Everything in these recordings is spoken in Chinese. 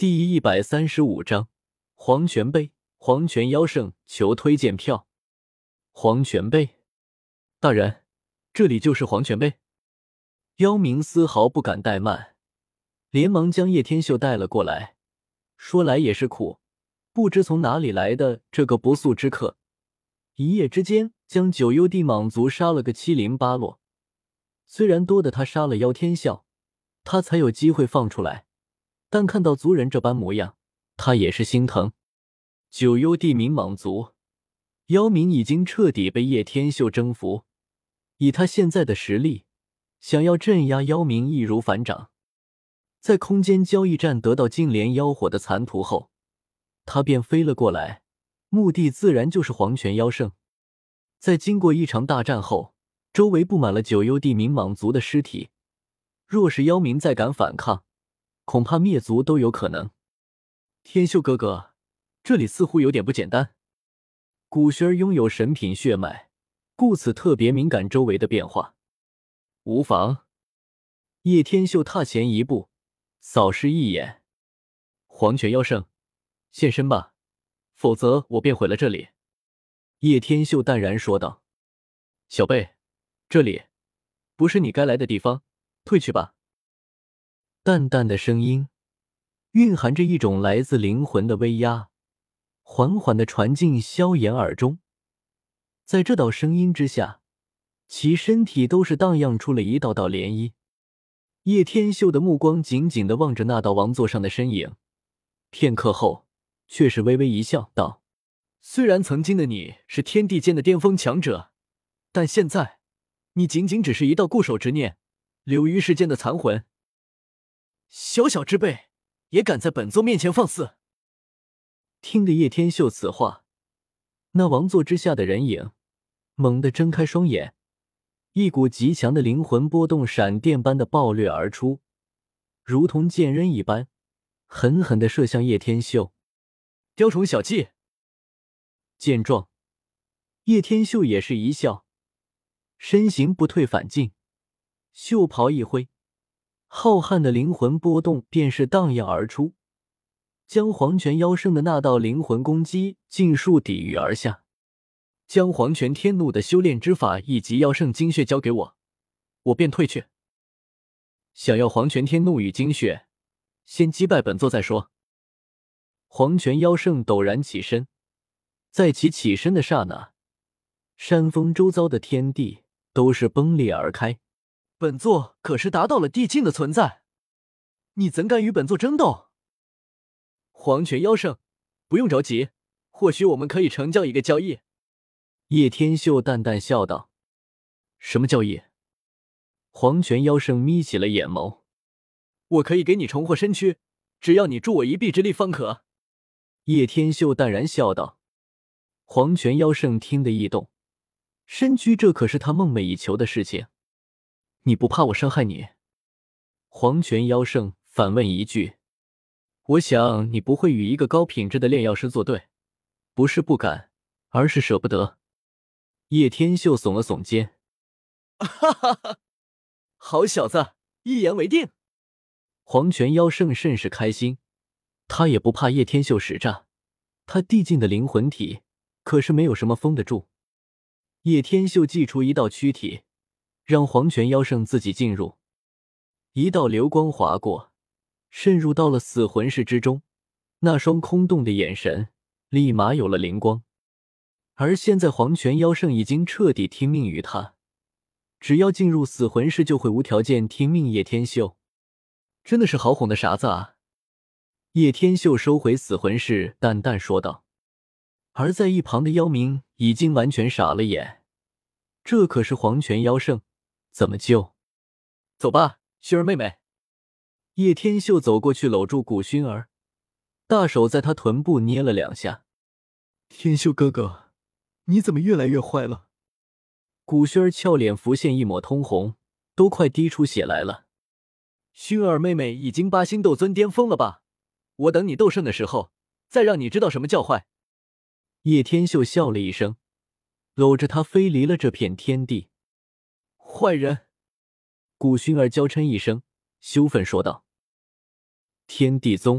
第135章黄泉杯，黄泉妖圣求推荐票。黄泉杯，大人，这里就是黄泉杯。妖明丝毫不敢怠慢，连忙将叶天秀带了过来。说来也是苦，不知从哪里来的这个不速之客，一夜之间将九幽地莽族杀了个七零八落。虽然多的他杀了妖天笑，他才有机会放出来，但看到族人这般模样，他也是心疼。九幽地冥莽族妖民已经彻底被叶天秀征服，以他现在的实力，想要镇压妖民易如反掌。在空间交易站得到净莲妖火的残图后，他便飞了过来，目的自然就是黄泉妖圣。在经过一场大战后，周围布满了九幽地冥莽族的尸体，若是妖民再敢反抗，恐怕灭族都有可能。天秀哥哥，这里似乎有点不简单。古轩儿拥有神品血脉，故此特别敏感周围的变化。无妨。叶天秀踏前一步，扫视一眼。黄泉妖圣，现身吧，否则我便毁了这里。叶天秀淡然说道。小贝，这里不是你该来的地方，退去吧。淡淡的声音蕴含着一种来自灵魂的威压，缓缓地传进萧炎耳中。在这道声音之下，其身体都是荡漾出了一道道涟漪。叶天秀的目光紧紧地望着那道王座上的身影，片刻后却是微微一笑，道：虽然曾经的你是天地间的巅峰强者，但现在你仅仅只是一道固守执念，流于世间的残魂。小小之辈也敢在本座面前放肆！听得叶天秀此话，那王座之下的人影猛地睁开双眼，一股极强的灵魂波动闪电般的暴掠而出，如同剑刃一般，狠狠地射向叶天秀。雕虫小技！见状，叶天秀也是一笑，身形不退反进，袖袍一挥，浩瀚的灵魂波动便是荡漾而出，将黄泉妖圣的那道灵魂攻击尽数抵御而下。将黄泉天怒的修炼之法以及妖圣精血交给我，我便退去。想要黄泉天怒与精血，先击败本座再说。黄泉妖圣陡然起身，在其起身的刹那，山峰周遭的天地都是崩裂而开。本座可是达到了地境的存在，你怎敢与本座争斗？黄泉妖圣，不用着急，或许我们可以成就一个交易。叶天秀淡淡笑道。什么交易？黄泉妖圣眯起了眼眸。我可以给你重获身躯，只要你助我一臂之力方可。叶天秀淡然笑道。黄泉妖圣听得一动，身躯这可是他梦寐以求的事情。你不怕我伤害你？黄泉妖圣反问一句。我想你不会与一个高品质的炼药师作对，不是不敢，而是舍不得。叶天秀耸了耸肩。哈哈哈，好小子，一言为定。黄泉妖圣甚是开心，他也不怕叶天秀使诈，他地境的灵魂体可是没有什么封得住。叶天秀祭出一道躯体，让黄泉妖圣自己进入。一道流光划过，渗入到了死魂室之中，那双空洞的眼神立马有了灵光。而现在黄泉妖圣已经彻底听命于他，只要进入死魂室就会无条件听命叶天秀。真的是好哄的傻子啊！叶天秀收回死魂室，淡淡说道。而在一旁的妖明已经完全傻了眼，这可是黄泉妖圣，怎么救？走吧，薰儿妹妹。叶天秀走过去搂住古薰儿，大手在她臀部捏了两下。天秀哥哥，你怎么越来越坏了？古薰儿俏脸浮现一抹通红，都快滴出血来了。薰儿妹妹已经8星斗尊巅峰了吧？我等你斗圣的时候，再让你知道什么叫坏。叶天秀笑了一声，搂着她飞离了这片天地。坏人！古薰儿娇嗔一声，羞愤说道。天地宗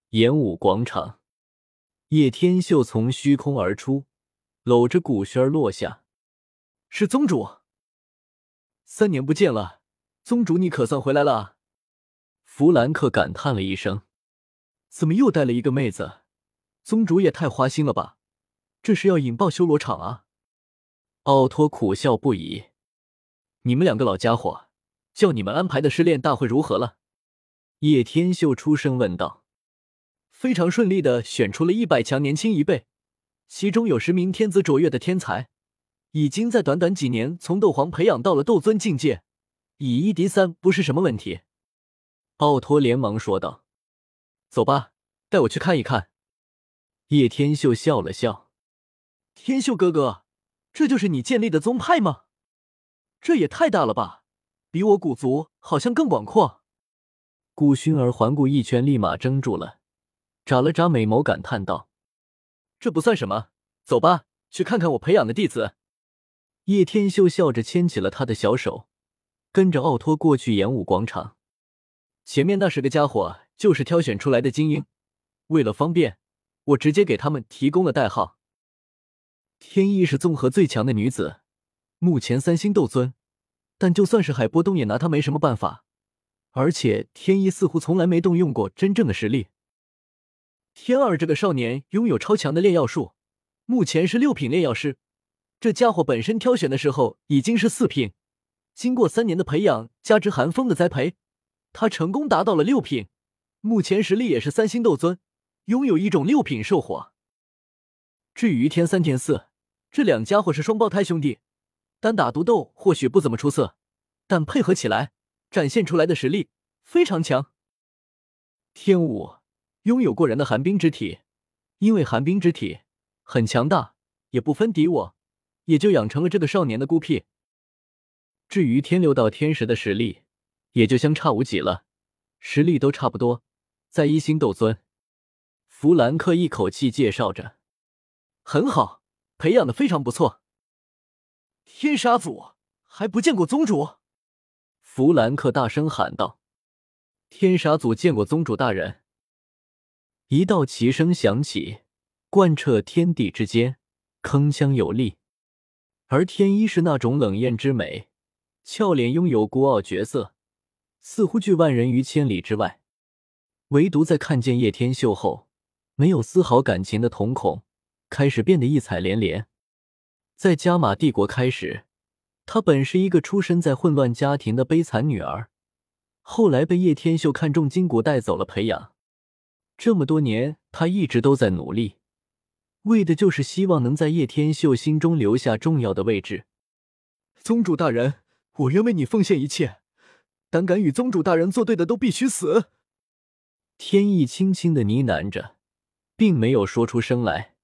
演武广场，叶天秀从虚空而出，搂着古轩儿落下。是宗主，3年不见了，宗主你可算回来了啊！弗兰克感叹了一声。怎么又带了一个妹子？宗主也太花心了吧，这是要引爆修罗场啊！奥托苦笑不已。你们2个老家伙，叫你们安排的试炼大会如何了？叶天秀出声问道。非常顺利地选出了100强年轻一辈，其中有10名天资卓越的天才，已经在短短几年从斗皇培养到了斗尊境界，以1敌3不是什么问题。奥托连忙说道。走吧，带我去看一看。叶天秀笑了笑。天秀哥哥，这就是你建立的宗派吗？这也太大了吧，比我古族好像更广阔。顾薰儿环顾一圈，立马怔住了，眨了眨美眸，感叹道：这不算什么，走吧，去看看我培养的弟子。叶天秀笑着牵起了他的小手，跟着奥托过去演武广场。前面那10个家伙就是挑选出来的精英，为了方便，我直接给他们提供了代号。天意是综合最强的女子，目前3星斗尊，但就算是海波东也拿她没什么办法，而且天意似乎从来没动用过真正的实力。天二这个少年拥有超强的炼药术，目前是6品炼药师，这家伙本身挑选的时候已经是4品，经过3年的培养加之寒风的栽培，他成功达到了6品，目前实力也是3星斗尊，拥有一种6品兽火。至于天3天4，这2家伙是双胞胎兄弟，单打独斗或许不怎么出色，但配合起来展现出来的实力非常强。天5拥有过人的寒冰之体，因为寒冰之体很强大，也不分敌我，也就养成了这个少年的孤僻。至于天6到天10的实力，也就相差无几了，实力都差不多，在1星斗尊。弗兰克一口气介绍着。很好，培养的非常不错。天杀祖还不见过宗主？弗兰克大声喊道。天杀祖见过宗主大人。一道齐声响起，贯彻天地之间，铿锵有力。而天一是那种冷艳之美，俏脸拥有孤傲绝色，似乎拒万人于千里之外。唯独在看见叶天秀后，没有丝毫感情的瞳孔开始变得异彩连连。在加玛帝国开始，她本是一个出身在混乱家庭的悲惨女儿，后来被叶天秀看中筋骨带走了培养。这么多年，她一直都在努力，为的就是希望能在叶天秀心中留下重要的位置。宗主大人，我愿为你奉献一切，胆敢与宗主大人作对的都必须死。天意轻轻地呢喃着，并没有说出声来。